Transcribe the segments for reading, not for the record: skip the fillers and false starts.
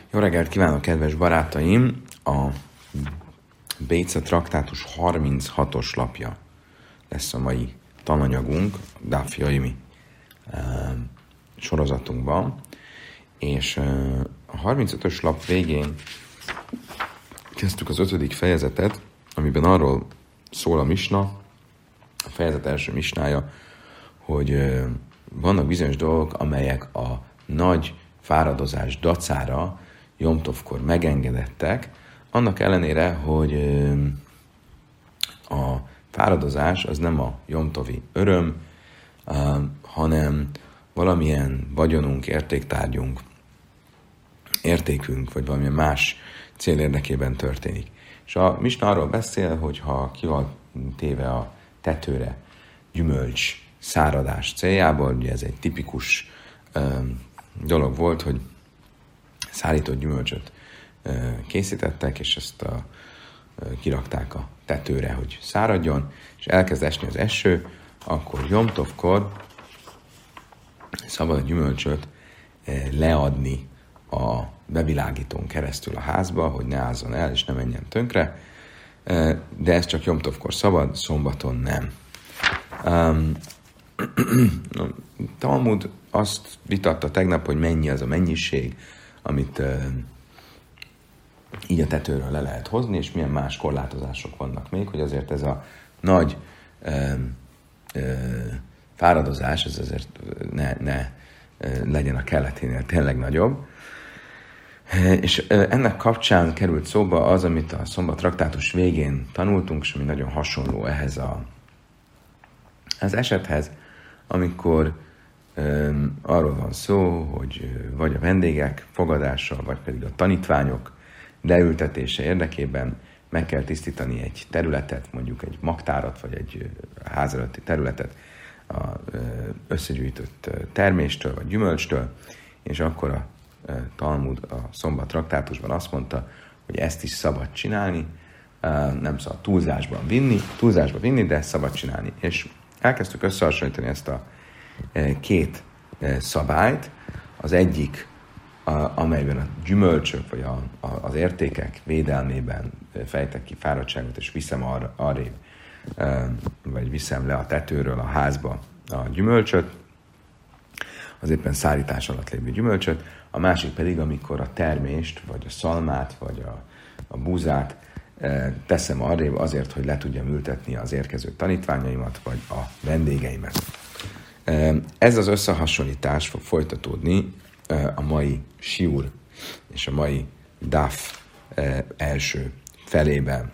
Jó reggelt kívánok, kedves barátaim! A Béca traktátus 36-os lapja lesz a mai tananyagunk, a Daf Yomi sorozatunkban, és a 35-ös lap végén kezdtük az 5. fejezetet, amiben arról szól a misna, a fejezet első misnája, hogy vannak bizonyos dolgok, amelyek a nagy fáradozás dacára Jom Tovkor megengedettek, annak ellenére, hogy a fáradozás az nem a Jom Tovi öröm, hanem valamilyen vagyonunk, értéktárgyunk, értékünk, vagy valamilyen más cél érdekében történik. És a misna arról beszél, hogy ha ki van téve a tetőre gyümölcs száradás céljából, ugye ez egy tipikus dolog volt, hogy szárított gyümölcsöt készítettek, és ezt kirakták a tetőre, hogy száradjon, és elkezd esni az eső, akkor Jom Tovkor szabad a gyümölcsöt leadni a bevilágítón keresztül a házba, hogy ne ázzon el, és ne menjen tönkre, de ez csak Jom Tovkor szabad, szombaton nem. Talmud azt vitatta tegnap, hogy mennyi az a mennyiség, amit így a tetőről le lehet hozni, és milyen más korlátozások vannak még, hogy azért ez a nagy fáradozás, ez azért ne legyen a kelleténél tényleg nagyobb. És ennek kapcsán került szóba az, amit a szombat traktátus végén tanultunk, és ami nagyon hasonló ehhez az esethez, amikor arról van szó, hogy vagy a vendégek fogadása, vagy pedig a tanítványok leültetése érdekében meg kell tisztítani egy területet, mondjuk egy magtárat, vagy egy ház előtti területet a összegyűjtött terméstől, vagy gyümölcstől, és akkor a Talmud a szombat traktátusban azt mondta, hogy ezt is szabad csinálni, nem szabad túlzásba vinni, de szabad csinálni. És elkezdtük összehasonlítani ezt a két szabályt. Az egyik, amelyben a gyümölcsök vagy az értékek védelmében fejtek ki fáradtságot, és viszem arrébb, vagy viszem le a tetőről a házba a gyümölcsöt, az éppen szárítás alatt lévő gyümölcsöt, a másik pedig, amikor a termést, vagy a szalmát, vagy a búzát teszem arrébb azért, hogy le tudjam ültetni az érkező tanítványaimat, vagy a vendégeimet. Ez az összehasonlítás fog folytatódni a mai siur és a mai daf első felében.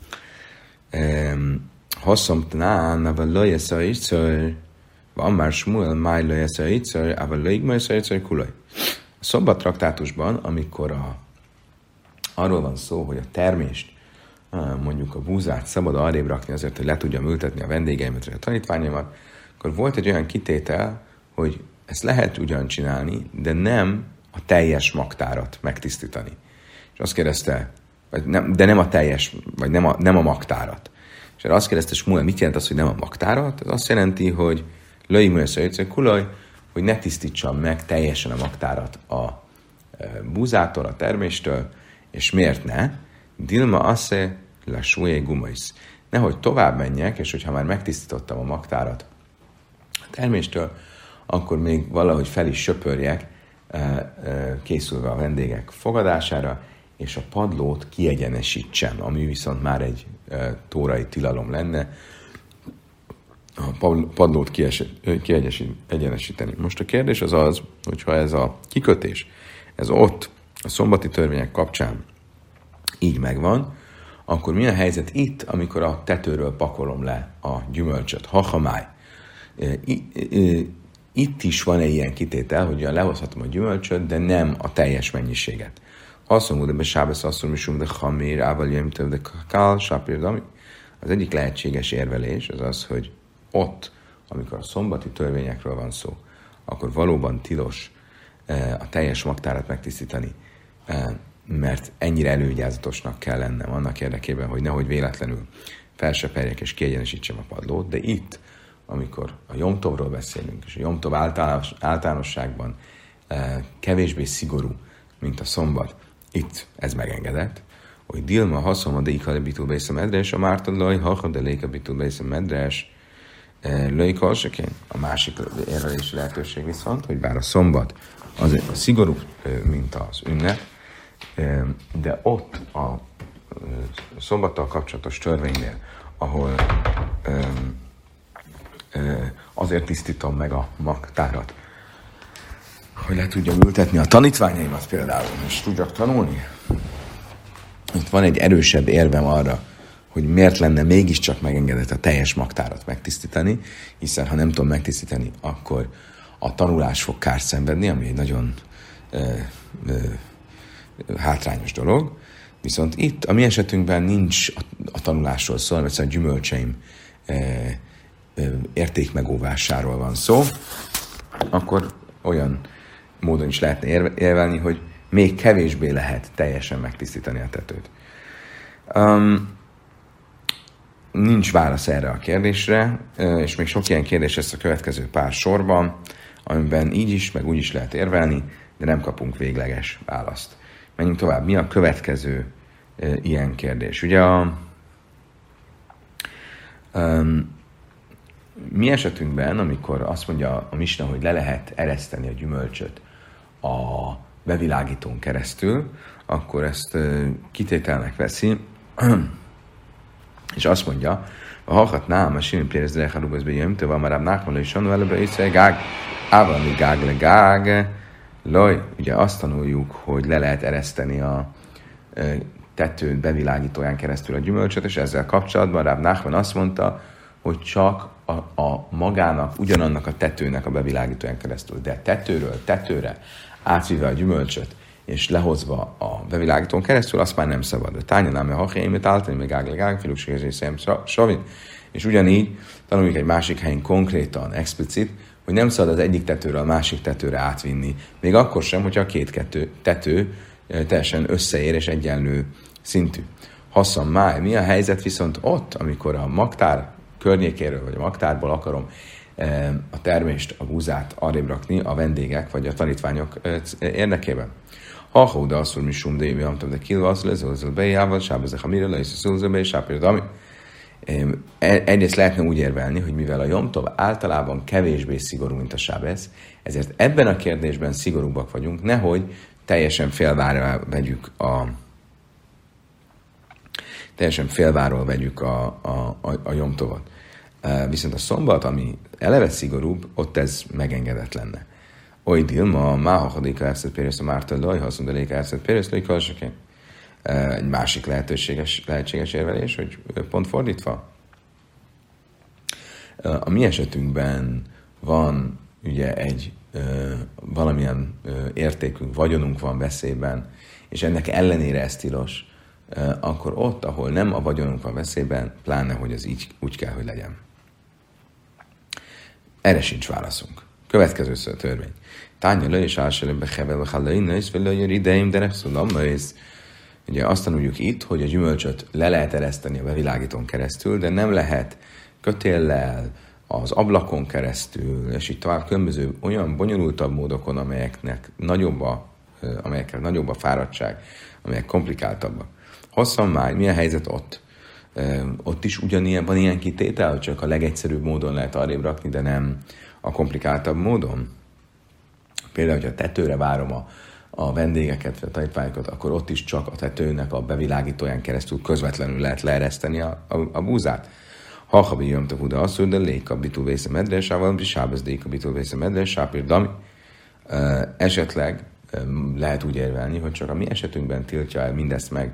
Hosszomtnán, ava löjesz ígyször, van már Smuel, máj löjesz ígyször, ava löjgmöjesz ígyször kulaj. A szombat traktátusban, amikor arról van szó, hogy a termést, mondjuk a búzát szabad arrébb rakni azért, hogy le tudjam ültetni a vendégeimet, vagy a tanítványaimat, akkor volt egy olyan kitétel, hogy ezt lehet ugyan csinálni, de nem a teljes magtárat megtisztítani. És azt kérdezte, de nem a teljes, vagy nem a magtárat. És erre azt kérdezte Smuel, mit jelent az, hogy nem a magtárat? Ez azt jelenti, hogy kulaj, hogy ne tisztítsam meg teljesen a magtárat a búzától, a terméstől, és miért ne? Dilma asse la súlyé gumais. Nehogy tovább menjek, és hogyha már megtisztítottam a magtárat a terméstől, akkor még valahogy fel is söpörjek, készülve a vendégek fogadására, és a padlót kiegyenesítsem, ami viszont már egy tórai tilalom lenne, a padlót kiegyenesíteni. Most a kérdés az, hogyha ez a kikötés, ez ott a szombati törvények kapcsán így megvan, akkor mi a helyzet itt, amikor a tetőről pakolom le a gyümölcsöt? Hachamáj. Itt is van egy ilyen kitétel, hogy lehozhatom a gyümölcsöt, de nem a teljes mennyiséget. Azt mondom, hogy besábesz azt mondom, de hamír, ával jöjjön, de kál, sápírdami. Az egyik lehetséges érvelés az az, hogy ott, amikor a szombati törvényekről van szó, akkor valóban tilos a teljes magtárat megtisztítani, mert ennyire elővigyázatosnak kell lennem annak érdekében, hogy nehogy véletlenül felsöperjek és kiegyenesítsem a padlót, de itt, amikor a Jom Tovról beszélünk, és a Jom Tov általánosságban kevésbé szigorú, mint a szombat. Itt ez megengedett, hogy Dilma haszom a déka bitul bész a medres, a Márta laj, ha de léka bitul bész a medres, lőjk alsakén. A másik érvelési lehetőség viszont, hogy bár a szombat az szigorú, mint az ünnep, de ott a szombattal kapcsolatos törvénynél, ahol azért tisztítom meg a magtárat, hogy le tudjam ültetni a tanítványaimat például, és tudjak tanulni. Itt van egy erősebb érvem arra, hogy miért lenne mégiscsak megengedett a teljes magtárat megtisztítani, hiszen ha nem tudom megtisztítani, akkor a tanulás fog kárt szenvedni, ami egy nagyon hátrányos dolog. Viszont itt a mi esetünkben nincs a tanulásról szó, hanem a gyümölcseim értékmegóvásáról van szó, akkor olyan módon is lehetne érvelni, hogy még kevésbé lehet teljesen megtisztítani a tetőt. Nincs válasz erre a kérdésre, és még sok ilyen kérdés lesz a következő pár sorban, amiben így is, meg úgy is lehet érvelni, de nem kapunk végleges választ. Menjünk tovább. Mi a következő ilyen kérdés? Ugye mi esetünkben, amikor azt mondja a Misna, hogy le lehet ereszteni a gyümölcsöt a bevilágítón keresztül, akkor ezt kitételnek veszi, és azt mondja, a hallhatnám, a sinim pérezre halubazbe jöjjön, van már Nachman és Sanu előbb észre gág, ávani gág le gág, loj, ugye azt tanuljuk, hogy le lehet ereszteni a tetőn bevilágítóján keresztül a gyümölcsöt, és ezzel kapcsolatban Ráb Nachman azt mondta, hogy csak a magának, ugyanannak a tetőnek a bevilágítóján keresztül, de tetőről tetőre átvive a gyümölcsöt, és lehozva a bevilágítón keresztül, azt már nem szabad. A tányánál, mert hakémet állítani, még áglegág, filugségezés savin. És ugyanígy tanuljuk egy másik helyen konkrétan, explicit, hogy nem szabad az egyik tetőről a másik tetőre átvinni. Még akkor sem, hogyha a két tető teljesen összeér és egyenlő szintű. Hasszam máj. Mi a helyzet viszont ott, amikor a magtár környékéről, vagy a magtárból akarom a termést, a búzát arrébb rakni a vendégek, vagy a tanítványok érdekében? Ha de azt mondja, hogy mi amtam, de kilvasz, lezőzöl bejával, sábezek a mire, lejszőzöl be, és sápérdami. Egyrészt lehetne úgy érvelni, hogy mivel a Jom Tov általában kevésbé szigorú, mint a sábez, ezért ebben a kérdésben szigorúbbak vagyunk, nehogy teljesen félváról vegyük a Jom Tovot. Viszont a szombat, ami eleve szigorúbb, ott ez megengedett lenne. Oly Dilma, máhachodéka elszett pérősz a Márta laj, haszondaléka elszett pérősz laj, kalsaké. Egy másik lehetséges érvelés, hogy pont fordítva. A mi esetünkben van ugye egy valamilyen értékünk, vagyonunk van veszélyben, és ennek ellenére ez tilos, akkor ott, ahol nem a vagyonunk van veszélyben, pláne, hogy ez így úgy kell, hogy legyen. Erre sincs válaszunk. Következő törvény. Tánya le és álselőbe hevel halaina és velőjön ideim, de repszulammaész. Ugye azt tanuljuk itt, hogy a gyümölcsöt le lehet ereszteni a bevilágítón keresztül, de nem lehet kötéllel, az ablakon keresztül, és így tovább különböző olyan bonyolultabb módokon, amelyekkel nagyobb a fáradtság, amelyek komplikáltabbak. Hosszan már, mi a helyzet ott? Ott is ugyanilyen, van ilyen kitétel, hogy csak a legegyszerűbb módon lehet arrébb rakni, de nem a komplikáltabb módon. Például, hogyha tetőre várom a vendégeket, vagy a tanítványokat, akkor ott is csak a tetőnek a bevilágítóján keresztül közvetlenül lehet leereszteni a búzát. Ha jöjjön a Huda asszony, de léka bitul vésze medresával, és sábez léka bitul vésze medres, sápír dami. Esetleg lehet úgy érvelni, hogy csak a mi esetünkben tiltja el mindezt meg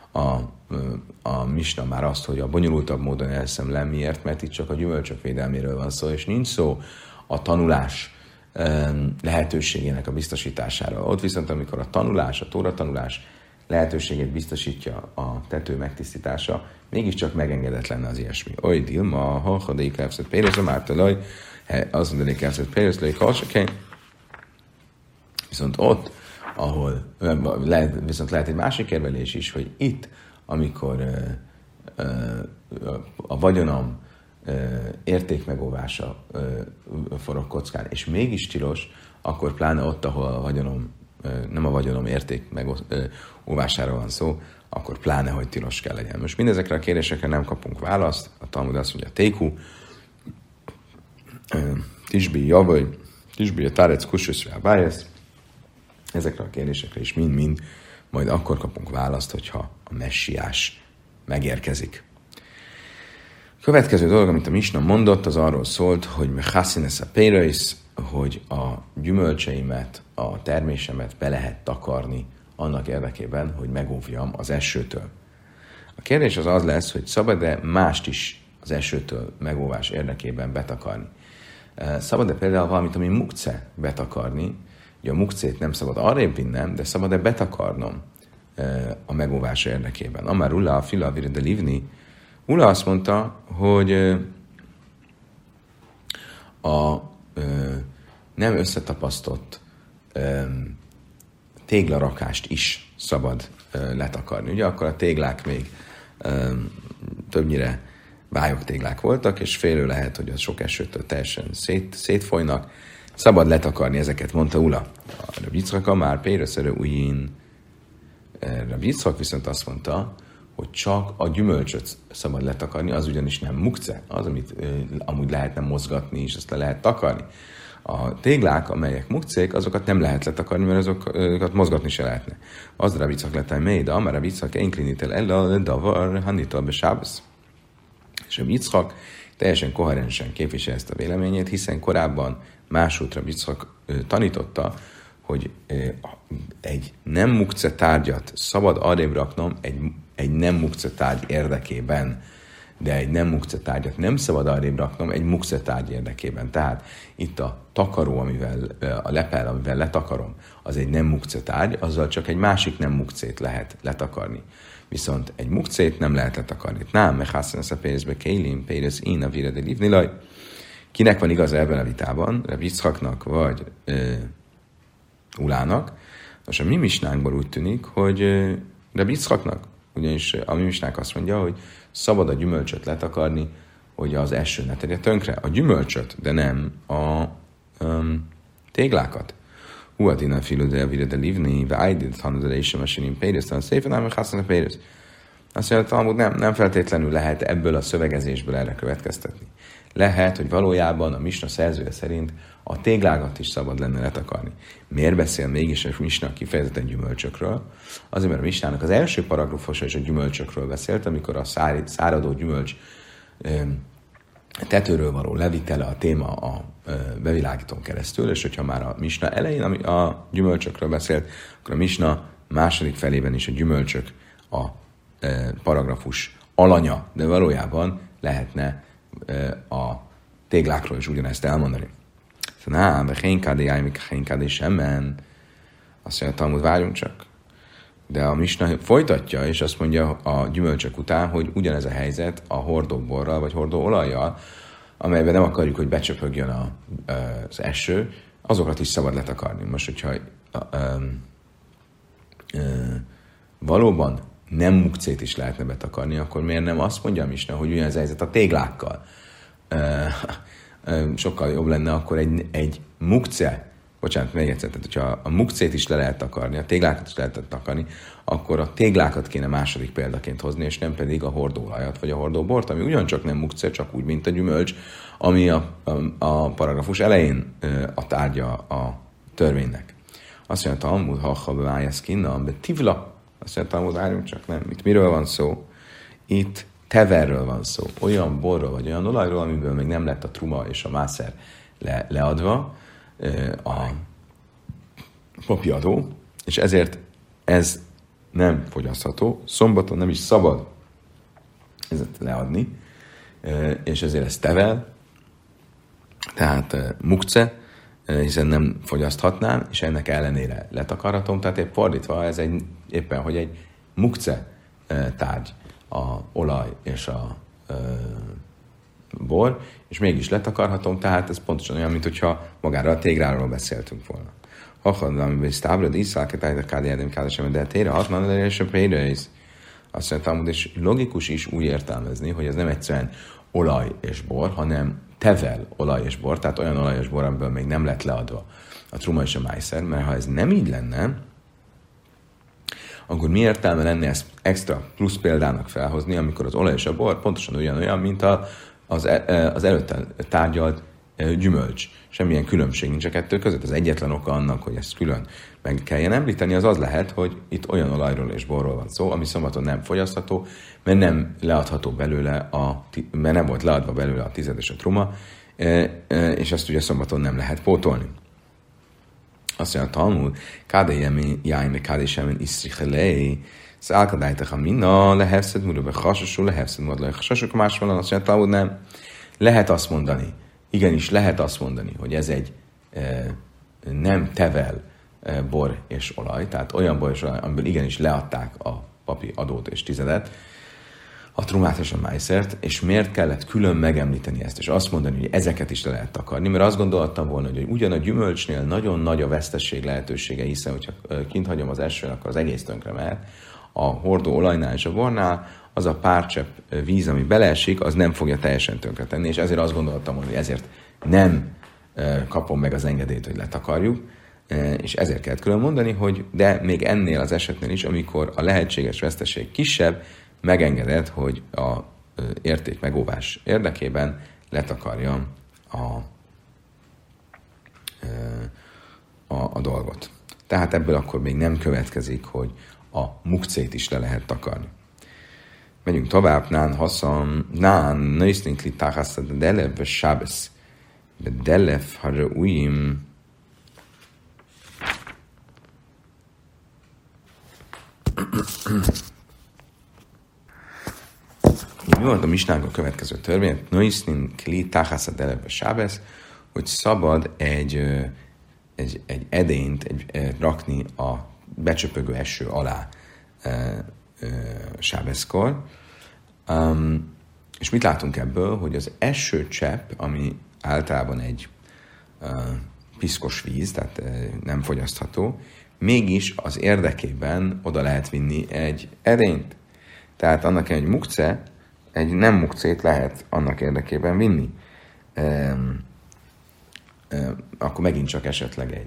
a Misna már azt, hogy a bonyolultabb módon elszem le, miért? Mert itt csak a gyümölcsök védelméről van szó, és nincs szó a tanulás lehetőségének a biztosításáról. Ott viszont, amikor a tanulás, a Tóra tanulás lehetőségét biztosítja a tető megtisztítása, mégiscsak megengedett lenne az ilyesmi. Oly Dilma, ha hadeik elszett pérősz, a mártalaj, azt mondanék elszett pérősz, lőj kalsakény. Viszont ott, ahol viszont lehet egy másik érvelés is, hogy itt, amikor a vagyonom értékmegóvása forog kockán, és mégis tilos, akkor pláne ott, ahol a vagyonom nem a vagyonom érték óvásáról van szó, akkor pláne, hogy tilos kell legyen. Most mindezekre a kérdésekre nem kapunk választ. A Talmud azt mondja, Téku, Tisbi, Javai, Tisbi, a Tárec, Kussus, Rábájesz. Ezekre a kérdésekre is mind-mind majd akkor kapunk választ, hogyha a messiás megérkezik. A következő dolog, amit a Misna mondott, az arról szólt, hogy mechasszines a péreis, hogy a gyümölcseimet, a termésemet be lehet takarni annak érdekében, hogy megóvjam az esőtől. A kérdés az lesz, hogy szabad-e mást is az esőtől megóvás érdekében betakarni. Szabad-e például valamit, ami mukce betakarni, ugye a mukcét nem szabad arrébb vinnem, de szabad-e betakarnom a megóvás érdekében. Amár Ulla, a fila, viride livni, Ulla azt mondta, hogy a nem összetapasztott téglarakást is szabad letakarni. Ugye akkor a téglák még többnyire bályogtéglák voltak, és félő lehet, hogy az sok esőtől teljesen szétfolynak. Szabad letakarni ezeket, mondta Ula. A Yitzchak már pérőszerű ujjén. A Yitzchak viszont azt mondta, hogy csak a gyümölcsöt szabad letakarni, az ugyanis nem mukce, az, amit amúgy lehetne mozgatni, és azt le lehet takarni. A téglák, amelyek mukcék, azokat nem lehet letakarni, mert azokat mozgatni se lehetne. Az a Yitzchak lettem mély, de amár a Yitzchak einklinítel ella, davar, hanital be sábesz. És a Yitzchak teljesen koherensen képvisel ezt a véleményét, hiszen korábban másútra Yitzchak tanította, hogy egy nem mukce tárgyat szabad arrébb raknom egy nem mukce tárgy érdekében, de egy nem mukce tárgyat nem szabad arrébb raknom egy mukce tárgy érdekében. Tehát itt a takaró, a lepel, amivel letakarom, az egy nem mukce tárgy, azzal csak egy másik nem mukcét lehet letakarni. Viszont egy mukcét nem lehet letakarni. Nem, mert hászán a pénzbe kélim, pénz én a virede livnilaj. Kinek van igaz ebben a vitában? Reb Yitzchaknak vagy Ulának? Most a mi misnánkból úgy tűnik, hogy Reb Yitzchaknak, ugyanis a mi misnánk azt mondja, hogy szabad a gyümölcsöt letakarni, hogy az eső ne tegye tönkre. A gyümölcsöt, de nem a téglákat. Huatina filudel virede livni, vájdit hanudalésem esenim pérész, talán szépen nem meghászan a pérész. Azt mondja, Talmud nem feltétlenül lehet ebből a szövegezésből erre következtetni. Lehet, hogy valójában a misna szerzője szerint a téglákat is szabad lenne letakarni. Miért beszél mégis a misna kifejezetten gyümölcsökről? Azért, mert a misnának az első paragrafusa is a gyümölcsökről beszélt, amikor a száradó gyümölcs tetőről való levitele a téma a bevilágítón keresztül, és hogyha már a misna elején a gyümölcsökről beszélt, akkor a misna második felében is a gyümölcsök a paragrafus alanya, de valójában lehetne a téglákról is ugyanezt elmondani. Szóval, de hénkádé ájmik, hénkádé semmen. Azt mondja, Talmud, várjunk csak. De a misna folytatja, és azt mondja a gyümölcsök után, hogy ugyanez a helyzet a hordóborral, vagy hordóolajjal, amelyben nem akarjuk, hogy becsöpögjön az eső, azokat is szabad letakarni. Most, hogyha valóban nem mukcét is lehetne betakarni, akkor miért nem azt mondja a misna, hogy ugyanez a helyzet a téglákkal? Sokkal jobb lenne akkor egy mukce, bocsánat, még egyszer, tehát hogyha a mukcét is le lehet takarni, a téglákat is lehet takarni, akkor a téglákat kéne második példaként hozni, és nem pedig a hordóolajat, vagy a hordóbort, ami ugyancsak nem mukce, csak úgy, mint a gyümölcs, ami a paragrafus elején a tárgya a törvénynek. Azt mondja, Talmud, ha bevájász kinna, de tivla. Azt mondja, Talmud, várjunk csak, nem. Itt miről van szó? Itt teverről van szó. Olyan borról, vagy olyan olajról, amiből még nem lett a truma és a mászer leadva, a papi adó, és ezért ez nem fogyasztható, szombaton nem is szabad ezért leadni, és ezért ez tevel, tehát mukce, hiszen nem fogyaszthatnám, és ennek ellenére letakarhatom, tehát épp fordítva ez éppen, hogy egy mukce tárgy, a olaj és a bor, és mégis letakarhatom, tehát ez pontosan olyan, mint hogyha magára a tégráról beszéltünk volna. Hachad, amiben is táblad, iszálketájt a kádiádém kádesem, de tére hatman, de és a pérész. Azt mondtam, és logikus is úgy értelmezni, hogy ez nem egyszerűen olaj és bor, hanem tevel olaj és bor, tehát olyan olaj és bor, amiből még nem lett leadva a a truma és a májszer, mert ha ez nem így lenne, akkor mi értelme lenne ezt extra plusz példának felhozni, amikor az olaj és a bor pontosan olyan, mint az előtte tárgyalt gyümölcs. Semmilyen különbség nincs a kettő között. Az egyetlen oka annak, hogy ezt külön meg kelljen említeni, az lehet, hogy itt olyan olajról és borról van szó, ami szombaton nem fogyasztható, mert nem leadható belőle mert nem volt leadva belőle a tized és a truma, és ezt ugye szombaton nem lehet pótolni. Azt mondja a Talmud, kádejemi jájme kádejsemen iszrichelei, szálkadájtach a minna, lehevszed múlva hasasú, lehevszed múlva hasasú, más van, azt mondja a Talmud, nem. Lehet azt mondani, igenis lehet azt mondani, hogy ez egy nem tevel bor és olaj, tehát olyan bor és olaj, amiből igenis leadták a papi adót és tizedet, a trumát és a májszert, és miért kellett külön megemlíteni ezt, és azt mondani, hogy ezeket is le lehet takarni, mert azt gondoltam volna, hogy ugyan a gyümölcsnél nagyon nagy a vesztesség lehetősége, hiszen hogyha kint hagyom az esőn, akkor az egész tönkre mehet. A hordó olajnál és a bornál az a pár csepp víz, ami beleesik, az nem fogja teljesen tönkretenni, és ezért azt gondoltam volna, hogy ezért nem kapom meg az engedélyt, hogy letakarjuk, és ezért kellett külön mondani, hogy de még ennél az esetnél is, amikor a lehetséges veszteség kisebb, megengedett, hogy a érték megóvás érdekében letakarja a dolgot. Tehát ebből akkor még nem következik, hogy a mukcét is le lehet takarni. Megyünk tovább. Nán nőszninkli táhasztad delev sábesz. Delev harauim. Mi volt a misnánk a következő törvény? Nősznin kli táhászat delebbe sábesz, hogy szabad egy edényt rakni a becsöpögő eső alá sábeszkor. És mit látunk ebből? Hogy az esőcsepp, ami általában egy piszkos víz, tehát nem fogyasztható, mégis az érdekében oda lehet vinni egy edényt. Tehát annak egy mukce, egy nem mukcét lehet annak érdekében vinni. Akkor megint csak esetleg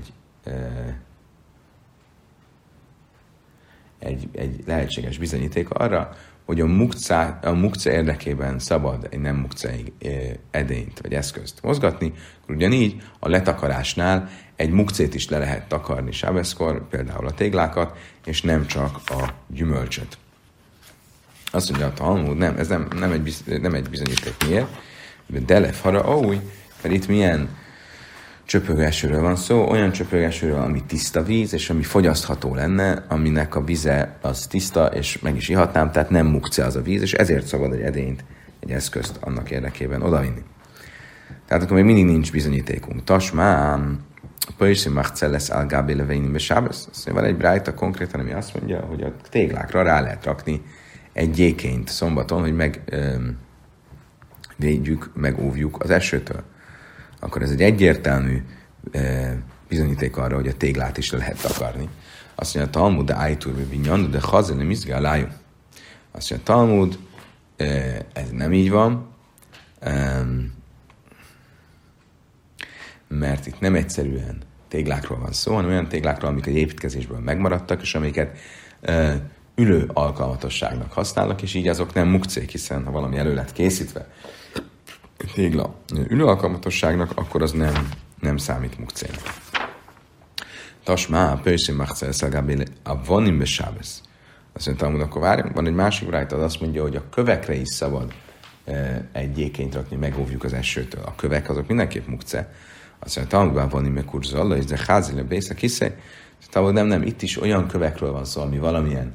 egy lehetséges bizonyíték arra, hogy a mukce érdekében szabad egy nem mukce edényt vagy eszközt mozgatni, akkor ugyanígy a letakarásnál egy mukcét is le lehet takarni sábeszkor, például a téglákat, és nem csak a gyümölcsöt. Azt mondja a Talmud, nem, ez nem egy bizonyíték. Miért? De delef haraúj, mert itt milyen csöpögésről van szó, olyan csöpögésről, ami tiszta víz, és ami fogyasztható lenne, aminek a vize az tiszta, és meg is ihatnám, tehát nem mukce az a víz, és ezért szabad egy edényt, egy eszközt annak érdekében odavinni. Tehát akkor még mindig nincs bizonyítékunk. Tasmám, Pöjszi Machcelles Algábé Leveinim Besábesz. Szóval van egy brájta konkrétan, ami azt mondja, hogy a téglákra rá lehet rakni egy gyékényt szombaton, hogy védjük, megóvjuk az esőtől. Akkor ez egy egyértelmű bizonyíték arra, hogy a téglát is le lehet takarni. Azt mondja, a Talmud, de ájtúrbe vinyan, de hazel mizgá lájú. Azt mondja, a Talmud, ez nem így van, mert itt nem egyszerűen téglákról van szó, hanem olyan téglákról, amik egy építkezésből megmaradtak, és amiket ülő alkalmatosságnak használnak, és így azok nem mukcék, hiszen ha valami elő lett készítve tégla ülő alkalmatosságnak, akkor az nem számít mukcének. Tasmá, pöjszín machcel szelgábéle, a vanim besábesz. Azt mondta, hogy akkor várjunk, van egy másik rájtad, azt mondja, hogy a kövekre is szabad egy gyékényt rakni, megóvjuk az esőtől. A kövek azok mindenképp mukce. Azt mondja, Talmudban van ime kurzalla, és de házile bésze kisze. Tehát nem, itt is olyan kövekről van szó, ami valamilyen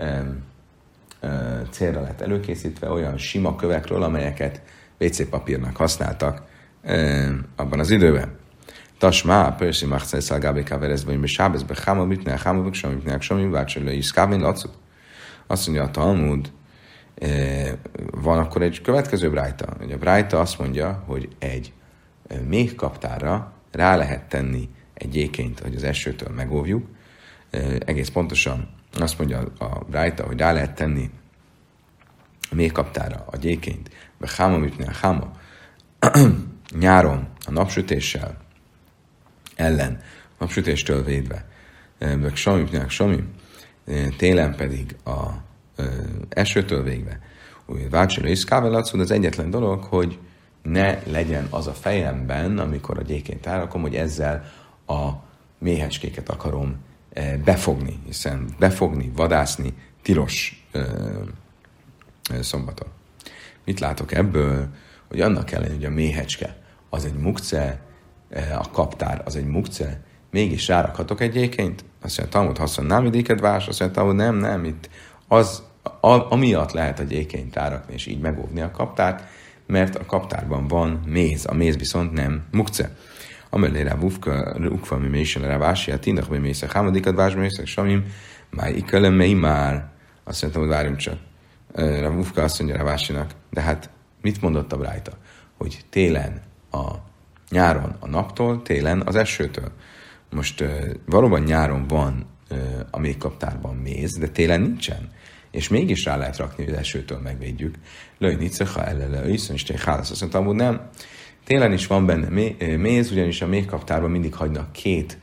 célra lett előkészítve, olyan sima kövekről, amelyeket WC papírnak használtak abban az időben. Tasmá, pörszi machcel szalgábé kaverezbe, hogy sábezbe cháma mitne, cháma mitne, vácsolja is kábén lacut. Azt mondja a Talmud, van akkor egy következő brájta. A brájta azt mondja, hogy egy méhkaptárra rá lehet tenni egy gyékényt, hogy az esőtől megóvjuk. Egész pontosan azt mondja a brájta, hogy rá lehet tenni a méhkaptárra a gyékényt, be cháma mitne, cháma nyáron a napsütéssel ellen, napsütéstől védve. Meg Sami, télen pedig a esőtől végve. Úgy Vácsoló és Kávelatszul az egyetlen dolog, hogy ne legyen az a fejemben, amikor a gyékényt elrakom, hogy ezzel a méhecskéket akarom befogni, hiszen befogni, vadászni tilos szombaton. Mit látok ebből? Hogy annak ellenére, hogy a méhecske az egy mukce, a kaptár az egy mukce, mégis rárakhatok egy gyékényt? Azt mondja, Talmud haszon nem idéket vás, azt mondja, Talmud nem, itt az, amiatt lehet a gyékényt rárakni, és így megóvni a kaptárt, mert a kaptárban van méz, a méz viszont nem mukce. Amelére ukva mi mésen rá vási, a tindak mi mészek, hámadikat vás mészek, samim, máj ikölem mely már. Azt mondtam, hogy várjunk csak. Ravufka azt mondja Ravásinak, de hát mit mondott a Brájta? Hogy télen nyáron a naptól, télen az esőtől. Most valóban nyáron van a méhkaptárban méz, de télen nincsen. És mégis rá lehet rakni, hogy az esőtől megvédjük. Lőj niceha ellele, iszon is téhálasz. Azt mondtam, hogy nem. Télen is van benne méz, ugyanis a méhkaptárban mindig hagynak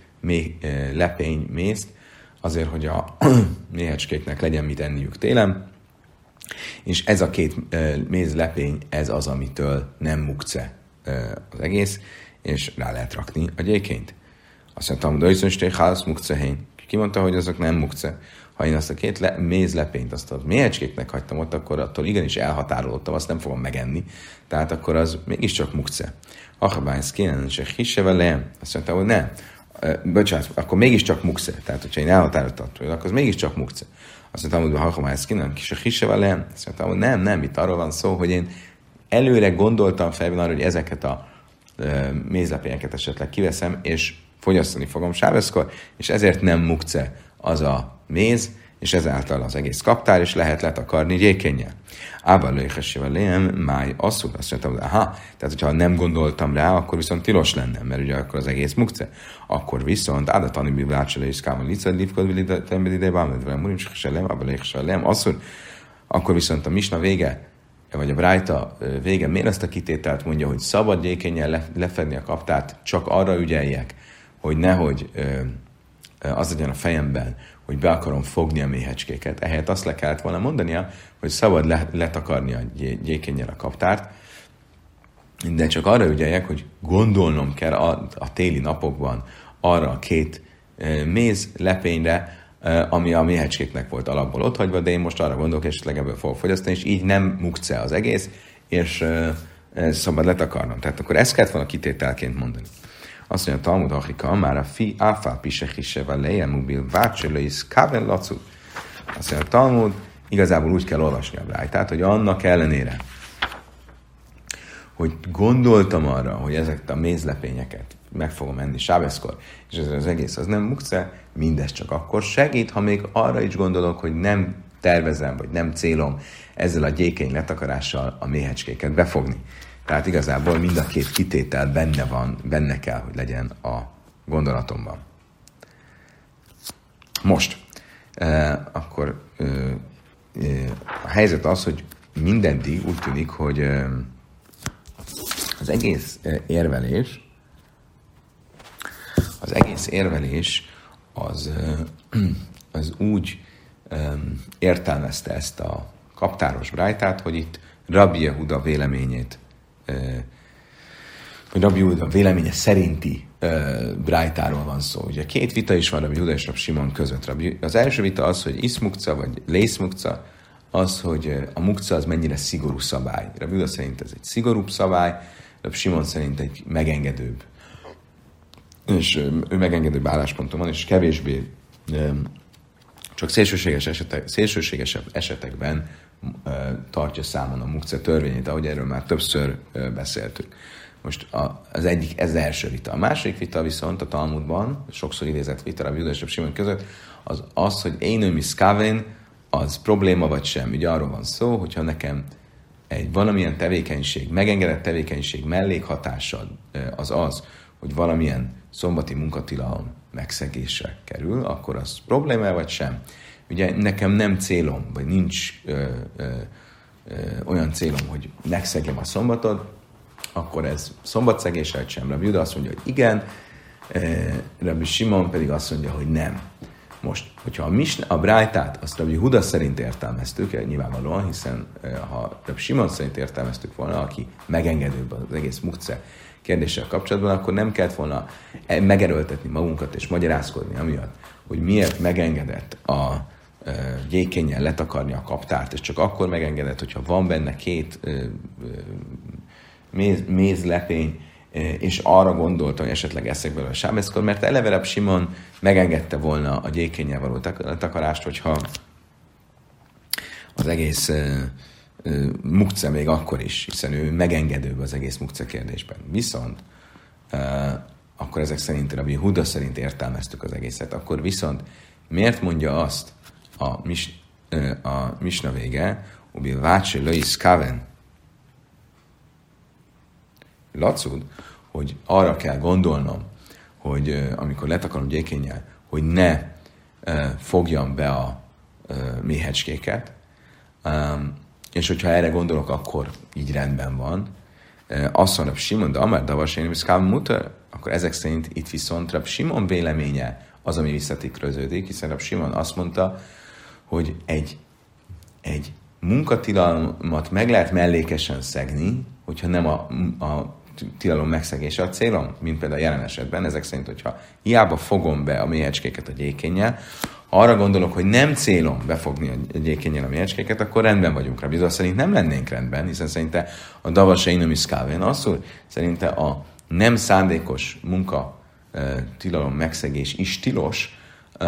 2 lepény mézt, azért, hogy a méhecskéknek legyen mit enniük télen. És ez a 2 mézlepény, ez az, amitől nem mukce az egész, és rá lehet rakni a gyékényt. Azt mondtam, hogy iszon is téhálasz mukcehén. Ki mondta, hogy azok nem mukce? Ha én azt a 2 mézlepényt, azt a méhecskéknek hagytam ott, akkor attól igenis elhatárolódtam, azt nem fogom megenni, tehát akkor az mégiscsak mukce. Achabány kéne, se hissevel lehem. Azt mondta, hogy nem. Bocsánat, akkor mégiscsak mukce. Tehát, hogyha én elhatároltam, akkor az mégiscsak mukce. Azt mondtam, hogy achabány kéne, se hissevel lehem. Azt mondtam, hogy nem, itt arról van szó, hogy én előre gondoltam fejben arra, hogy ezeket a mézlepényeket esetleg kiveszem, és fogyasztani fogom sáveszkor, és ezért nem mukce az a méz, és ezáltal az egész kaptár, és lehet letakarni gyékénnyel. Ábban lőjhessével léhem, máj asszul, azt mondtam, hogy aha, tehát hogyha nem gondoltam rá, akkor viszont tilos lenne, mert ugye akkor az egész mukce. Akkor viszont ádatani biblácsolé és kámon licad, livkod, vilidejében, mert murim se lem, ábban lőjhessével léhem, asszul, akkor viszont a misna vége, vagy a brájta vége miért ezt a kitételt mondja, hogy szabad gyékénnyel lefedni a kaptárt, csak arra ügyeljek, hogy nehogy az legyen a fejemben, hogy be akarom fogni a méhecskéket. Ehelyett azt le kellett volna mondania, hogy szabad letakarni a gyékénnyel a kaptárt, de csak arra ügyeljek, hogy gondolnom kell a téli napokban arra a 2 méz lepényre, ami a méhecskéknek volt alapból otthagyva, de én most arra gondolok, esetleg ebből fogok fogyasztani, és így nem mukce az egész, és szabad letakarnom. Tehát akkor ezt kellett volna kitételként mondani. Azt mondja, Talmud Achika, már a fi áfá pisechisseva lejem mobil vácsolóisz káven lacut. Azt mondja, Talmud, igazából úgy kell olvasni a brájtát, hogy annak ellenére, hogy gondoltam arra, hogy ezeket a mézlepényeket meg fogom enni sábeszkor, és ez az egész az nem mukce, mindez csak akkor segít, ha még arra is gondolok, hogy nem tervezem, vagy nem célom ezzel a gyékény letakarással a méhecskéket befogni. Tehát igazából mind a 2 kitétel benne kell, hogy legyen a gondolatomban. Most, akkor a helyzet az, hogy mindeddig úgy tűnik, hogy az egész érvelés az úgy értelmezte ezt a kaptáros brájtát, hogy itt Rabbi Jehuda véleményét, vagy Rabbi Jehuda véleménye szerinti brájtáról van szó. Ugye 2 vita is van Rabbi Jehuda és Rabbi Simon között. Az első vita az, hogy iszmukca vagy lészmukca, az, hogy a mukca az mennyire szigorú szabály. Rabbi Jehuda szerint ez egy szigorúbb szabály, Rabbi Simon szerint egy megengedőbb. És ő megengedőbb állásponton van, és kevésbé csak szélsőségesebb esetekben tartja számon a mukce törvényét, ahogy erről már többször beszéltünk. Most ez az első vita. A második vita viszont a Talmudban, sokszor idézett vita a Júda és a Simon között, az, hogy én miszkávén, az probléma vagy sem. Ugye arról van szó, hogyha nekem egy valamilyen tevékenység, megengedett tevékenység mellékhatása az, hogy valamilyen szombati munkatilalom megszegésre kerül, akkor az probléma vagy sem. Ugye nekem nem célom, vagy nincs olyan célom, hogy megszegjem a szombatot, akkor ez szombatszegés vagy sem. Rabbi Juda azt mondja, hogy igen, Rabbi Simon pedig azt mondja, hogy nem. Most, hogyha a Brájtát azt Rabbi Huda szerint értelmeztük, nyilvánvalóan, hiszen ha Rabbi Simon szerint értelmeztük volna, aki megengedőbb az egész mukce kérdéssel kapcsolatban, akkor nem kellett volna megerőltetni magunkat és magyarázkodni amiatt, hogy miért megengedett a gyékénnyel letakarni a kaptárt, és csak akkor megengedett, hogyha van benne két mézlepény, és arra gondolta, hogy esetleg eszek belőle a sábeszkor, mert eleve Rab Simon megengedte volna a gyékénnyel való takarást, hogyha az egész mukce még akkor is, hiszen ő megengedőbb az egész mukce kérdésben. Viszont akkor ezek szerint, Rabbi Huda szerint értelmeztük az egészet, akkor viszont miért mondja azt a misna vége, ubil vácsi löjsz kaven, Lacud, hogy arra kell gondolnom, hogy amikor letakarom gyékénnyel, hogy ne fogjam be a méhecskéket, és hogyha erre gondolok, akkor így rendben van. Azt mondja, Simon, de amár davasén, mutar, akkor ezek szerint itt viszont Rab Simon véleménye az, ami visszatikröződik, hiszen Rab Simon azt mondta, hogy egy munkatilalmat meg lehet mellékesen szegni, hogyha nem a tilalom megszegése a célom, mint például a jelen esetben, ezek szerint, hogyha hiába fogom be a méhecskéket a gyékénnyel, ha arra gondolok, hogy nem célom befogni a gyékénnyel a méhecskéket, akkor rendben vagyunk. Rabbi Huda szerint nem lennénk rendben, hiszen szerinte a davasai nem is kávén asszul, szerinte a nem szándékos munka tilalom megszegés is tilos,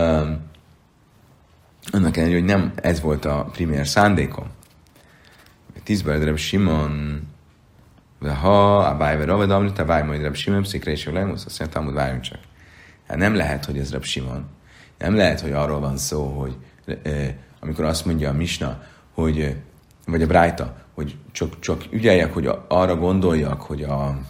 annak ellenére, hogy nem ez volt a primér szándékom. 10-ben Rab Simon ha a bájver ravad amrit, a báj majd Rab Simon szikre és jól azt mondja, Talmud, várjunk csak. Hát nem lehet, hogy ez Rab Simon. Nem lehet, hogy arról van szó, hogy amikor azt mondja a misna, hogy, vagy a brájta, hogy csak ügyeljek, hogy arra gondoljak, hogy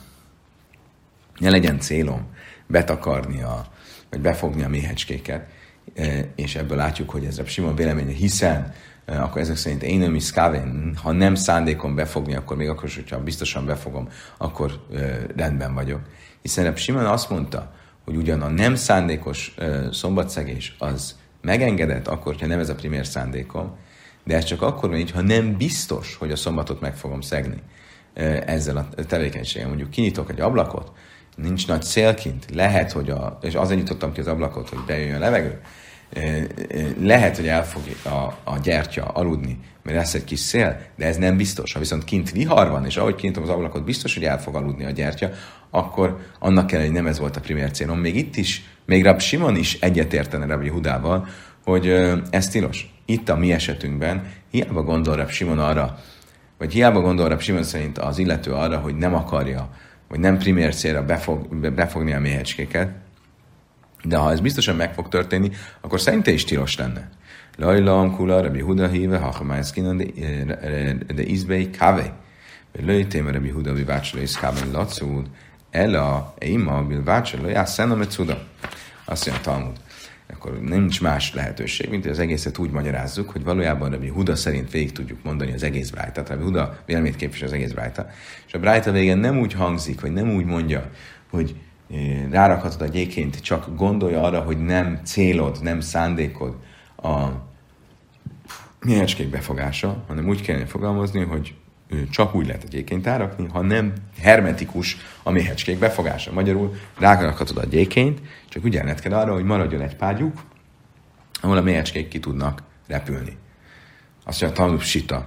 ne legyen célom betakarni vagy befogni a méhecskéket, és ebből látjuk, hogy ez Rab Simon véleménye, hiszen akkor ezek szerint én nem is kávén, ha nem szándékom befogni, akkor még akkor is, hogyha biztosan befogom, akkor rendben vagyok. Hiszen Rab Simon azt mondta, hogy ugyan a nem szándékos szombatszegés az megengedett akkor, ha nem ez a primér szándékom, de ez csak akkor megy, ha nem biztos, hogy a szombatot meg fogom szegni ezzel a tevékenységgel. Mondjuk kinyitok egy ablakot, nincs nagy szél kint, lehet, hogy és azért nyitottam ki az ablakot, hogy bejöjjön a levegő, lehet, hogy el fog a gyertya aludni, mert lesz egy kis szél, de ez nem biztos. Ha viszont kint vihar van, és ahogy kinyitom az ablakot, biztos, hogy el fog aludni a gyertya, akkor annak kell, hogy nem ez volt a primér célom. Még itt is, még Rab Simon is egyetértene Rabbi Hudával, hogy ez tilos. Itt a mi esetünkben hiába gondol Rab Simon arra, vagy hiába gondol Rab Simon szerint az illető arra, hogy nem akarja, vagy nem primér célra befogni a méhecskéket, de ha ez biztosan meg fog történni, akkor szerinte is tilos lenne. Lajlam kula, Rabbi Huda híve, hachamájszkinan, de izbei kávé. Lőjtém Rabbi Huda, bivácsoló is kávé lacúd, ela, eima, bivácsoló, jászán a mecuda. Azt mondja Talmud. Akkor nincs más lehetőség, mint hogy az egészet úgy magyarázzuk, hogy valójában Rabbi Huda szerint végig tudjuk mondani az egész brájtát. Rabbi Huda véleményt képvisel az egész brájta. És a brájta végén nem úgy hangzik, vagy nem úgy mondja, hogy rárakhatod a gyéként, csak gondolja arra, hogy nem célod, nem szándékod a méhecskék befogása, hanem úgy kellene fogalmazni, hogy csak úgy lehet a gyékényt rárakni, ha nem hermetikus a méhecskék befogása. Magyarul rárakhatod a gyékényt, csak ügyelned kell arra, hogy maradjon egy pár lyuk, ahol a méhecskék ki tudnak repülni. Azt mondja, Talmud sita.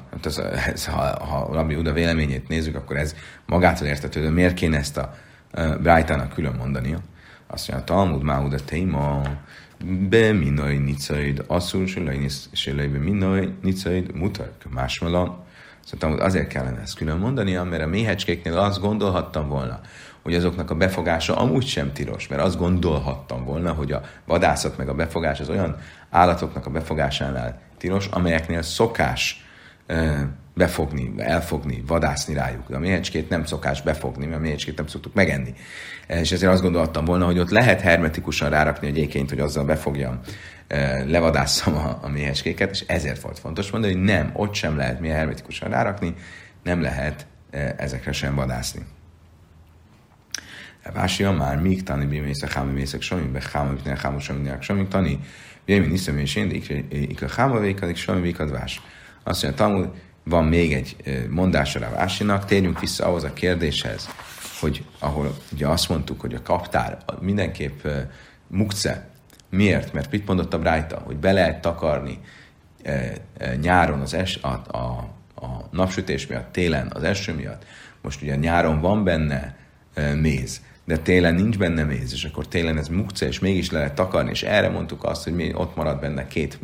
Ha Rabbi Huda véleményét nézzük, akkor ez magától értetődő. Miért kéne ezt a Brájtának külön mondania? Azt mondja, Talmud máuda téma, be minaj nicaid, asszul, se lej be minaj nicaid, mutar, másmalan. Szóval azért kellene ezt külön mondania, mert a méhecskéknél azt gondolhattam volna, hogy azoknak a befogása amúgy sem tilos, mert azt gondolhattam volna, hogy a vadászat meg a befogás az olyan állatoknak a befogásánál tilos, amelyeknél szokás befogni, elfogni, vadászni rájuk. De a méhecskét nem szokás befogni, mert a méhecskét nem szoktuk megenni. És ezért azt gondoltam volna, hogy ott lehet hermetikusan rárakni a gyékényt, hogy azzal befogjam, levadásszam a méhecskéket, és ezért volt fontos mondani, hogy nem, ott sem lehet milyen hermetikusan rárakni, nem lehet ezekre sem vadászni. Vásia már míg tani bímészek, hámimészek, somikbe, hámibnél, hámosomiknél, somik tani, bímény niszem és én, ikle hámavékadik, somivékad vás. Azt mondja, Talmud, van még egy mondása Rav Asinak, térjünk vissza ahhoz a kérdéshez, hogy ahol ugye azt mondtuk, hogy a kaptár mindenképp mukce. Miért? Mert mit mondott a Brájta? Hogy be lehet takarni nyáron a napsütés miatt, télen az eső miatt. Most ugye nyáron van benne méz, de télen nincs benne méz, és akkor télen ez mukce, és mégis le lehet takarni, és erre mondtuk azt, hogy ott marad benne két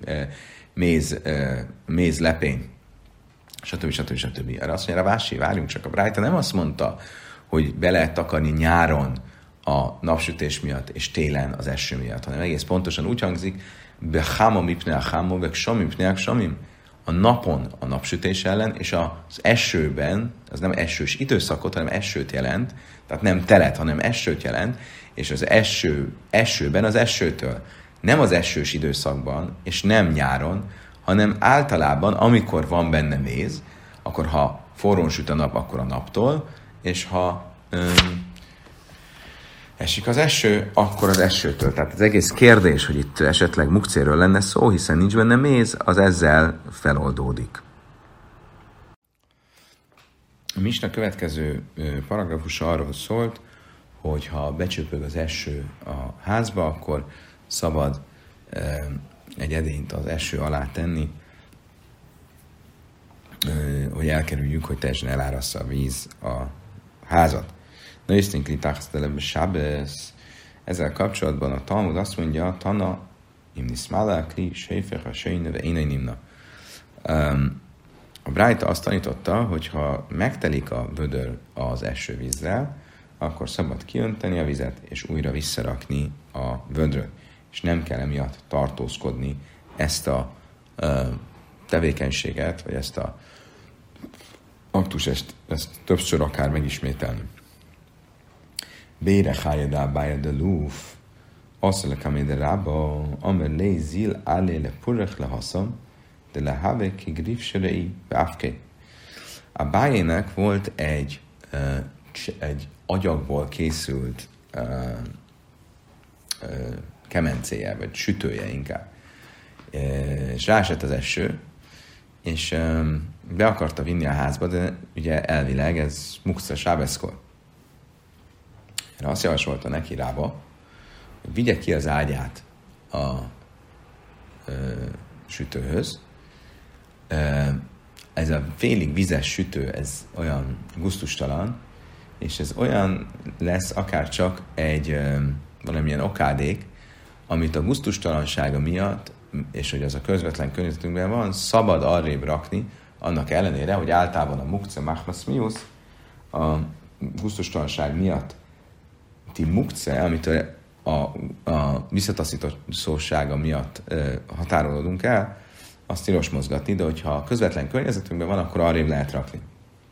méz lepény, stb. Erre azt mondja, Vási, várjunk csak, a Brájta nem azt mondta, hogy be lehet takarni nyáron a napsütés miatt, és télen az eső miatt, hanem egész pontosan úgy hangzik, Beháma mipneak hámom, vek somipneak somim. A napon a napsütés ellen, és az esőben, az nem esős időszakot, hanem esőt jelent, tehát nem telet, hanem esőt jelent, és az esőben az esőtől. Nem az esős időszakban, és nem nyáron, hanem általában, amikor van benne méz, akkor ha forrón süt a nap, akkor a naptól, és ha esik az eső, akkor az esőtől. Tehát az egész kérdés, hogy itt esetleg mukcéről lenne szó, hiszen nincs benne méz, az ezzel feloldódik. A misna következő paragrafusa arról szólt, hogy ha becsöpög az eső a házba, akkor szabad egy edényt az eső alá tenni, hogy elkerüljük, hogy teljesen elárassza a víz a házat. Na, isztinkli tachsztelebe sábesz. Ezzel kapcsolatban a Talmud azt mondja, Tana, imniszmála, kli, sejfecha, sejnöve, éneinimna. A Brájta azt tanította, hogy ha megtelik a vödör az esővízzel, akkor szabad kiönteni a vizet, és újra visszarakni a vödröt. És nem kell emiatt tartózkodni ezt a tevékenységet, vagy ezt a aktus, ezt többször akár megismételni. Bére hájadá bája de lúf, asszal a kaméde rába, amer lé zil állé le purrech le haszam, de le háve ki grifserei beáfke. A bájének volt egy agyagból készült kemencéje, vagy sütője inkább. És ráesett az eső, és be akarta vinni a házba, de ugye elvileg ez mukca sábeszkor. Erre azt javasolta neki Rába, hogy vigye ki az ágyát a sütőhöz. Ez a félig vizes sütő, ez olyan gusztustalan, és ez olyan lesz akár csak egy valamilyen okádék, amit a gusztustalansága miatt, és hogy az a közvetlen környezetünkben van, szabad arrébb rakni, annak ellenére, hogy általában a mukce machmas mius, a gusztustalanság miatt ti mukce, amit a visszataszítósága miatt határolódunk el, azt tilos mozgatni, de hogyha a közvetlen környezetünkben van, akkor arrébb lehet rakni.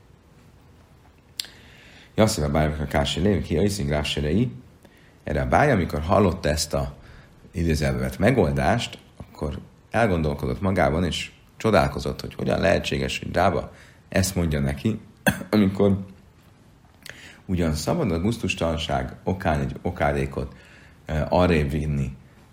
Jassziva bájavak a kási lévik, ki aiszing rávserei. Erre a báj, amikor hallotta ezt a idézelbevett megoldást, akkor elgondolkodott magában, és csodálkozott, hogy hogyan lehetséges, hogy Rába ezt mondja neki, amikor ugyan szabad a gusztustalanság okán egy okádékot arrébb vinni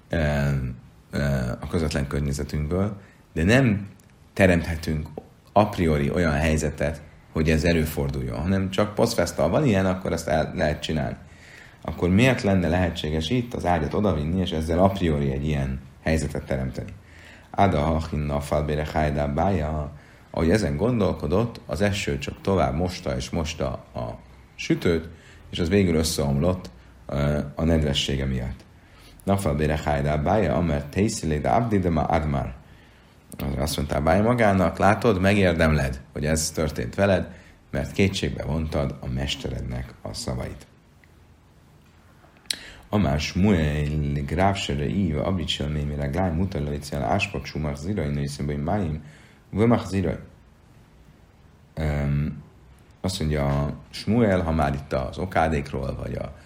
a közvetlen környezetünkből, de nem teremthetünk a priori olyan helyzetet, hogy ez előforduljon, hanem csak posztfesztal van ilyen, akkor ezt el lehet csinálni. Akkor miért lenne lehetséges itt az ágyat odavinni, és ezzel a priori egy ilyen helyzetet teremteni? Áda hachinna falbére hájdá bája, ahogy ezen gondolkodott, az eső csak tovább mosta a sütőt, és az végül összeomlott a nedvessége miatt. Nafalbére hájdá bája, amert tésziléd abdi, de ma admar. Azt mondta Bája magának, látod, megérdemled, hogy ez történt veled, mert kétségbe vontad a mesterednek a szavait. Amár Smuel gráfsere íva, abicsel mémére gláj mutalajcel áspak sumach zirai nőszemben máim, vömach zirai. Azt mondja Smuel, ha már itt az okádékról, vagy a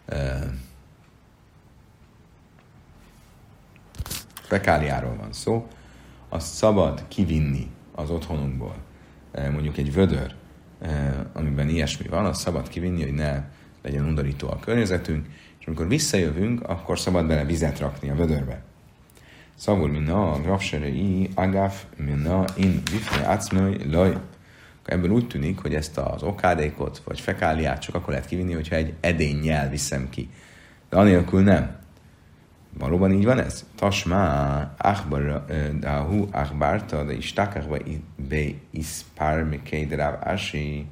fekáliáról van szó, azt szabad kivinni az otthonunkból. Mondjuk egy vödör, amiben ilyesmi van, azt szabad kivinni, hogy ne legyen undorító a környezetünk, és amikor visszajövünk, akkor szabad bele vizet rakni a vödörbe. Szavul minna a grafserei agaf minna in vifne acmai laj. Ebből úgy tűnik, hogy ezt az okádékot vagy fekáliát csak akkor lehet kivinni, hogyha egy edénnyel viszem ki. De anélkül nem. Valóban így van ez? Tasmá, hu achbárta, de istákakba be iszpár mikéd ráv ási.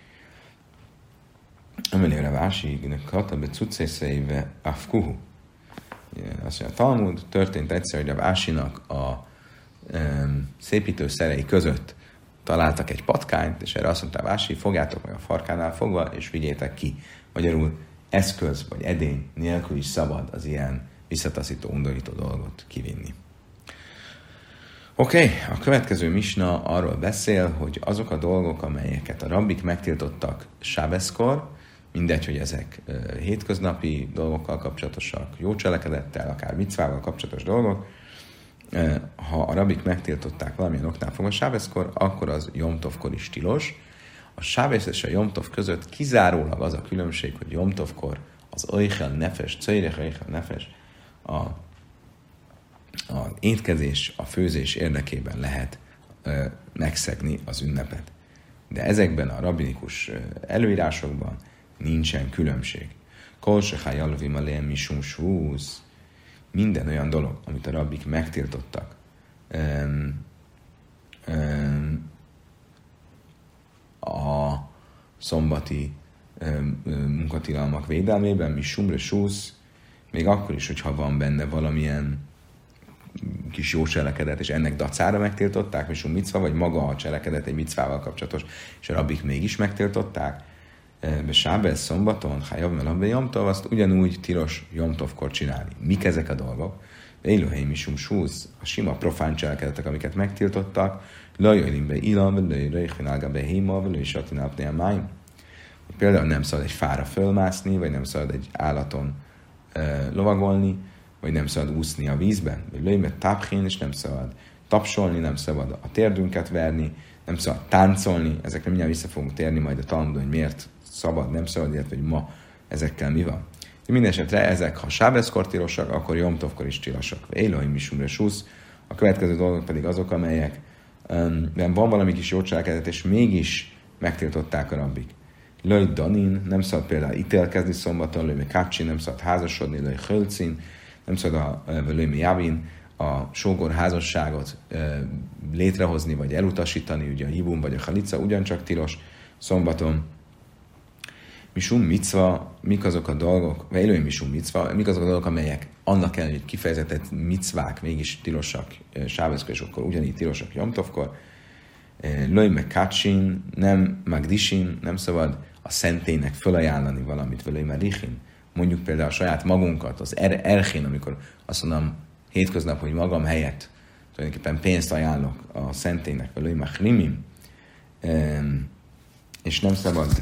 Amelé ráv ási, kata be cuccészeive afkuhu. Azt mondja, a Talmud történt egyszer, hogy Ráv Ásinak a szépítőszerei között találtak egy patkányt, és erre azt mondta Ráv Ási, fogjátok meg a farkánál fogva, és vigyétek ki. Magyarul eszköz vagy edény nélkül is szabad az ilyen visszataszító, undorító dolgot kivinni. Oké, a következő misna arról beszél, hogy azok a dolgok, amelyeket a rabbik megtiltottak sábeszkor, mindegy, hogy ezek hétköznapi dolgokkal kapcsolatosak, jó cselekedettel, akár micvával kapcsolatos dolgok, ha a rabbik megtiltották valamilyen oknál fogva sábeszkor, akkor az jomtovkor is tilos. A sábesz és a jomtov között kizárólag az a különbség, hogy jomtovkor az oichel nefes, cöjrech oichel nefes, a étkezés, a főzés érdekében lehet megszegni az ünnepet. De ezekben a rabbinikus előírásokban nincsen különbség. Kol se jalvim além misum svúz. Minden olyan dolog, amit a rabbik megtiltottak, a szombati munkatilalmak védelmében, misumre svúz, még akkor is, hogyha van benne valamilyen kis jó cselekedet, és ennek dacára megtiltották, misum micva, vagy maga a cselekedet egy micvával kapcsolatos, és a rabbik mégis megtiltották, sábel szombaton, hajav melabbe jomtov, azt ugyanúgy tilos jomtovkor csinálni. Mik ezek a dolgok? Élőhely misum súz, a sima profán cselekedetek, amiket megtiltottak, lajjajlim be ilam, lajjajlinálga be héma, lajjajsatinálpnél májm. Például nem szabad egy fára fölmászni, vagy nem szabad egy állaton lovagolni, vagy nem szabad úszni a vízben, vagy lőjmet tápchén, és nem szabad tapsolni, nem szabad a térdünket verni, nem szabad táncolni, ezekre mindjárt vissza fogunk térni majd a Talmudon, hogy miért szabad, nem szabad, illetve hogy ma ezekkel mi van. Mindenesetre ezek, ha sábeszkor tilosak, akkor jomtovkor is tilosak. Élőhely misumre susz, a következő dolgok pedig azok, amelyek van valami kis jó cselekedet, és mégis megtiltották a rabbik. Löj danin, nem szabad például ítélkezni szombaton, löj kácsi, nem szabad házasodni, löj hölcin, nem szabad a löj javin, a sógor házasságot létrehozni, vagy elutasítani, ugye a hibum vagy a halica ugyancsak tilos szombaton. Misum micva, mik azok a dolgok, vagy élői misum micva, mik azok a dolgok, amelyek annak ellenére, hogy kifejezetett micvák mégis tilosak sábeszkor, és akkor ugyanígy tilosak jomtovkor. Löj meg kácsin, nem magdisin, nem szabad a szentélynek fölajánlani valamit, vagy löj meg richin. Mondjuk például a saját magunkat, az erchén, amikor azt mondom hétköznap, hogy magam helyett tulajdonképpen pénzt ajánlok a szentélynek, vagy löj meg rimim, és nem szabad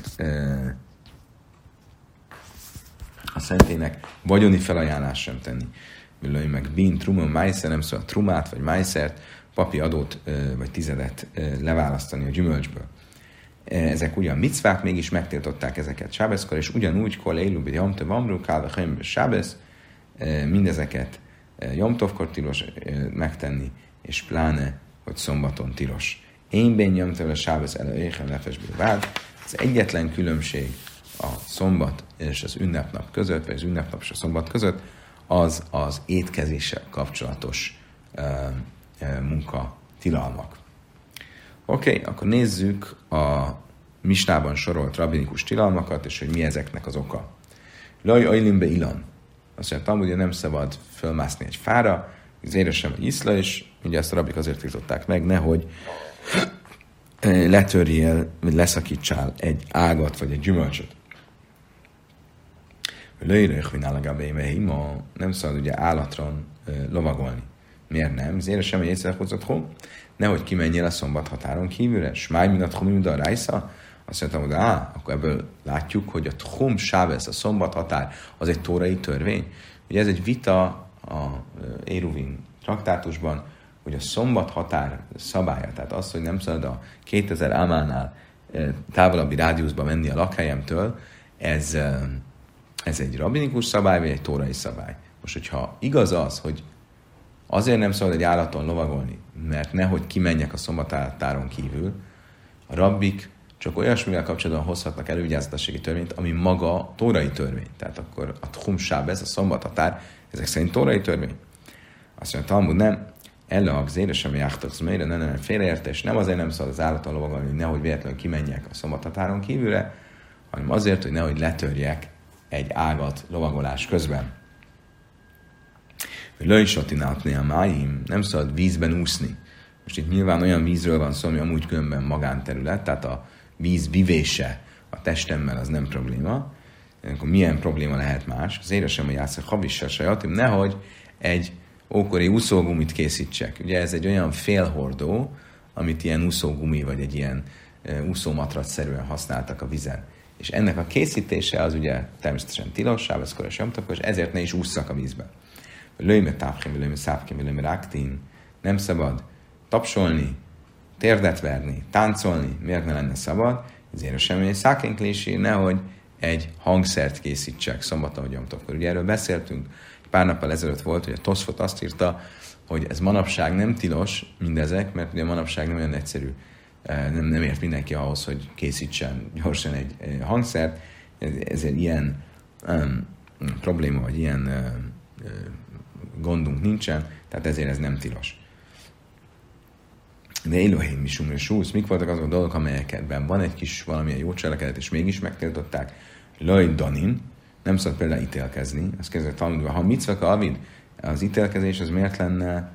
a szentélynek vagyoni felajánlást sem tenni. Löj meg bin, truma, májszer, nem szabad trumát, vagy májszert, papi adót, vagy tizedet leválasztani a gyümölcsből. Ezek ugyan micvák, mégis megtiltották ezeket sábeszkor, és ugyanúgy, kol élu, hogy jomtov amru, kálva hajmbe sábesz, mindezeket jomtovkor tilos megtenni, és pláne, hogy szombaton tilos. Én ben jomtov a sábesz előéhen lefesből vád. Az egyetlen különbség a szombat és az ünnepnap között, vagy az ünnepnap és a szombat között, az az étkezéssel kapcsolatos munka tilalmak. Oké, akkor nézzük a misnában sorolt rabbinikus tilalmakat, és hogy mi ezeknek az oka. Laj ajlimbe ilan. Azt mondja, hogy nem szabad fölmászni egy fára, zére sem vagy iszla, és ugye ezt a rabbik azért tiltották meg, nehogy letörjél, vagy leszakítsál egy ágat, vagy egy gyümölcsöt. Nem szabad ugye állatron lovagolni. Miért nem? Zére sem egy egyszer hozott hol? Nehogy kimenjél a szombat határon kívülre. Smáj minat humim da rájsza? Azt mondtam, hogy akkor ebből látjuk, hogy a tchum sábesz, a szombat határ, az egy tórai törvény. Ugye ez egy vita a Éruvin traktátusban, hogy a szombat határ szabálya, tehát az, hogy nem szabad a 2000 ámánál távolabbi rádiuszba menni a lakhelyemtől, ez egy rabbinikus szabály, vagy egy tórai szabály. Most, hogyha igaz az, hogy azért nem szabad egy állaton lovagolni, mert nehogy kimenjek a szombatáron kívül, a rabbik csak olyasmivel kapcsolatban hozhatnak elővigyázatossági törvényt, ami maga a tórai törvény. Tehát akkor a tchum sábez, a szombathatár, ezek szerint tórai törvény. Azt mondja, Talmud nem, a zére sem jártak zmeire, nem félreértés, nem azért nem szabad az állaton lovagolni, hogy nehogy véletlenül kimenjek a szombathatáron kívülre, hanem azért, hogy nehogy letörjek egy ágat lovagolás közben. Lőjsotinátni a máim, nem szabad vízben úszni. Most itt nyilván olyan vízről van szó, ami amúgy különben magánterület, tehát a víz vivése a testemmel az nem probléma. Akkor milyen probléma lehet más? Az éresem, hogy játszak havissal sajatim, nehogy egy ókori úszógumit készítsek. Ugye ez egy olyan félhordó, amit ilyen úszógumi, vagy egy ilyen úszómatrac-szerűen használtak a vizen. És ennek a készítése az ugye természetesen tilos, sábeszkor és jamtokor, és ezért ne is ússzak a vízbe. Lőjme tápkim, lőjme szápkim, lőjme ráktin. Nem szabad tapsolni, térdet verni, táncolni, miért ne lenne szabad? Ezért semmi, hogy szákénklési, nehogy egy hangszert készítsek szombaton vagy jamtokor. Ugye erről beszéltünk, pár nappal ezelőtt volt, hogy a Toszfot azt írta, hogy ez manapság nem tilos mindezek, mert ugye manapság nem olyan egyszerű, nem ért mindenki ahhoz, hogy készítsen gyorsan egy hangszert, ezért ilyen probléma, vagy ilyen gondunk nincsen, tehát ezért ez nem tilos. De Elohim misum és súsz, mik voltak azok a dolgok, amelyekben van egy kis valamilyen jó cselekedet, és mégis megtiltották? Laj Danin, nem szabad például ítélkezni, azt kezdett tanulni, ha micvaka avid, az ítélkezés az miért lenne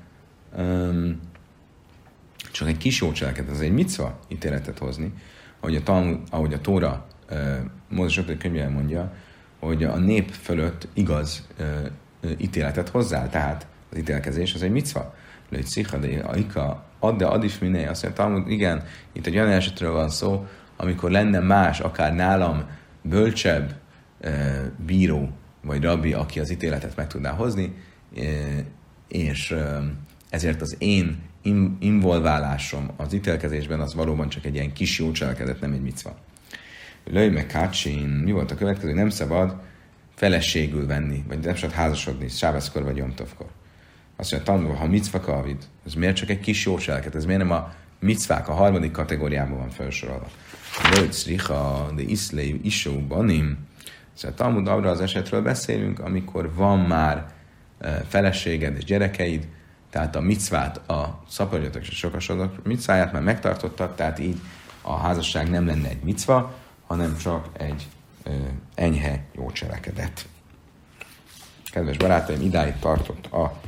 csak egy kis jó cselekedet, az egy micva ítéletet hozni, ahogy a Tóra Mózes 5. könyvében mondja, hogy a nép fölött igaz ítéletet hozzá, tehát az ítélkezés az egy micva. Lőtt szikha, de aika, adde adif minél, azt mondja, Talmud, igen, itt egy olyan esetről van szó, amikor lenne más, akár nálam bölcsebb bíró, vagy rabbi, aki az ítéletet meg tudná hozni, és ezért az én involválásom az ítélkezésben az valóban csak egy ilyen kis jó cselekedet, nem egy micva. Lőj meg kácsin, mi volt a következő? Nem szabad feleségül venni, vagy nem szabad házasodni, sábeszkor vagy jomtovkor. Azt mondja, tanulva, ha micva kavid, az miért csak egy kis jó cselekedet? Ez miért nem a micvák a harmadik kategóriában van felsorolva? Lőj szriha, de iszlei isó banim. Szóval Talmud arra az esetről beszélünk, amikor van már feleséged és gyerekeid, tehát a micvát, a szaporodjatok és sokasodok micváját már megtartottad, tehát így a házasság nem lenne egy micva, hanem csak egy enyhe jó cselekedet. Kedves barátaim, idáig tartott a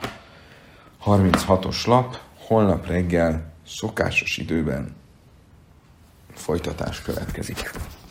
36-os lap, holnap reggel szokásos időben folytatás következik.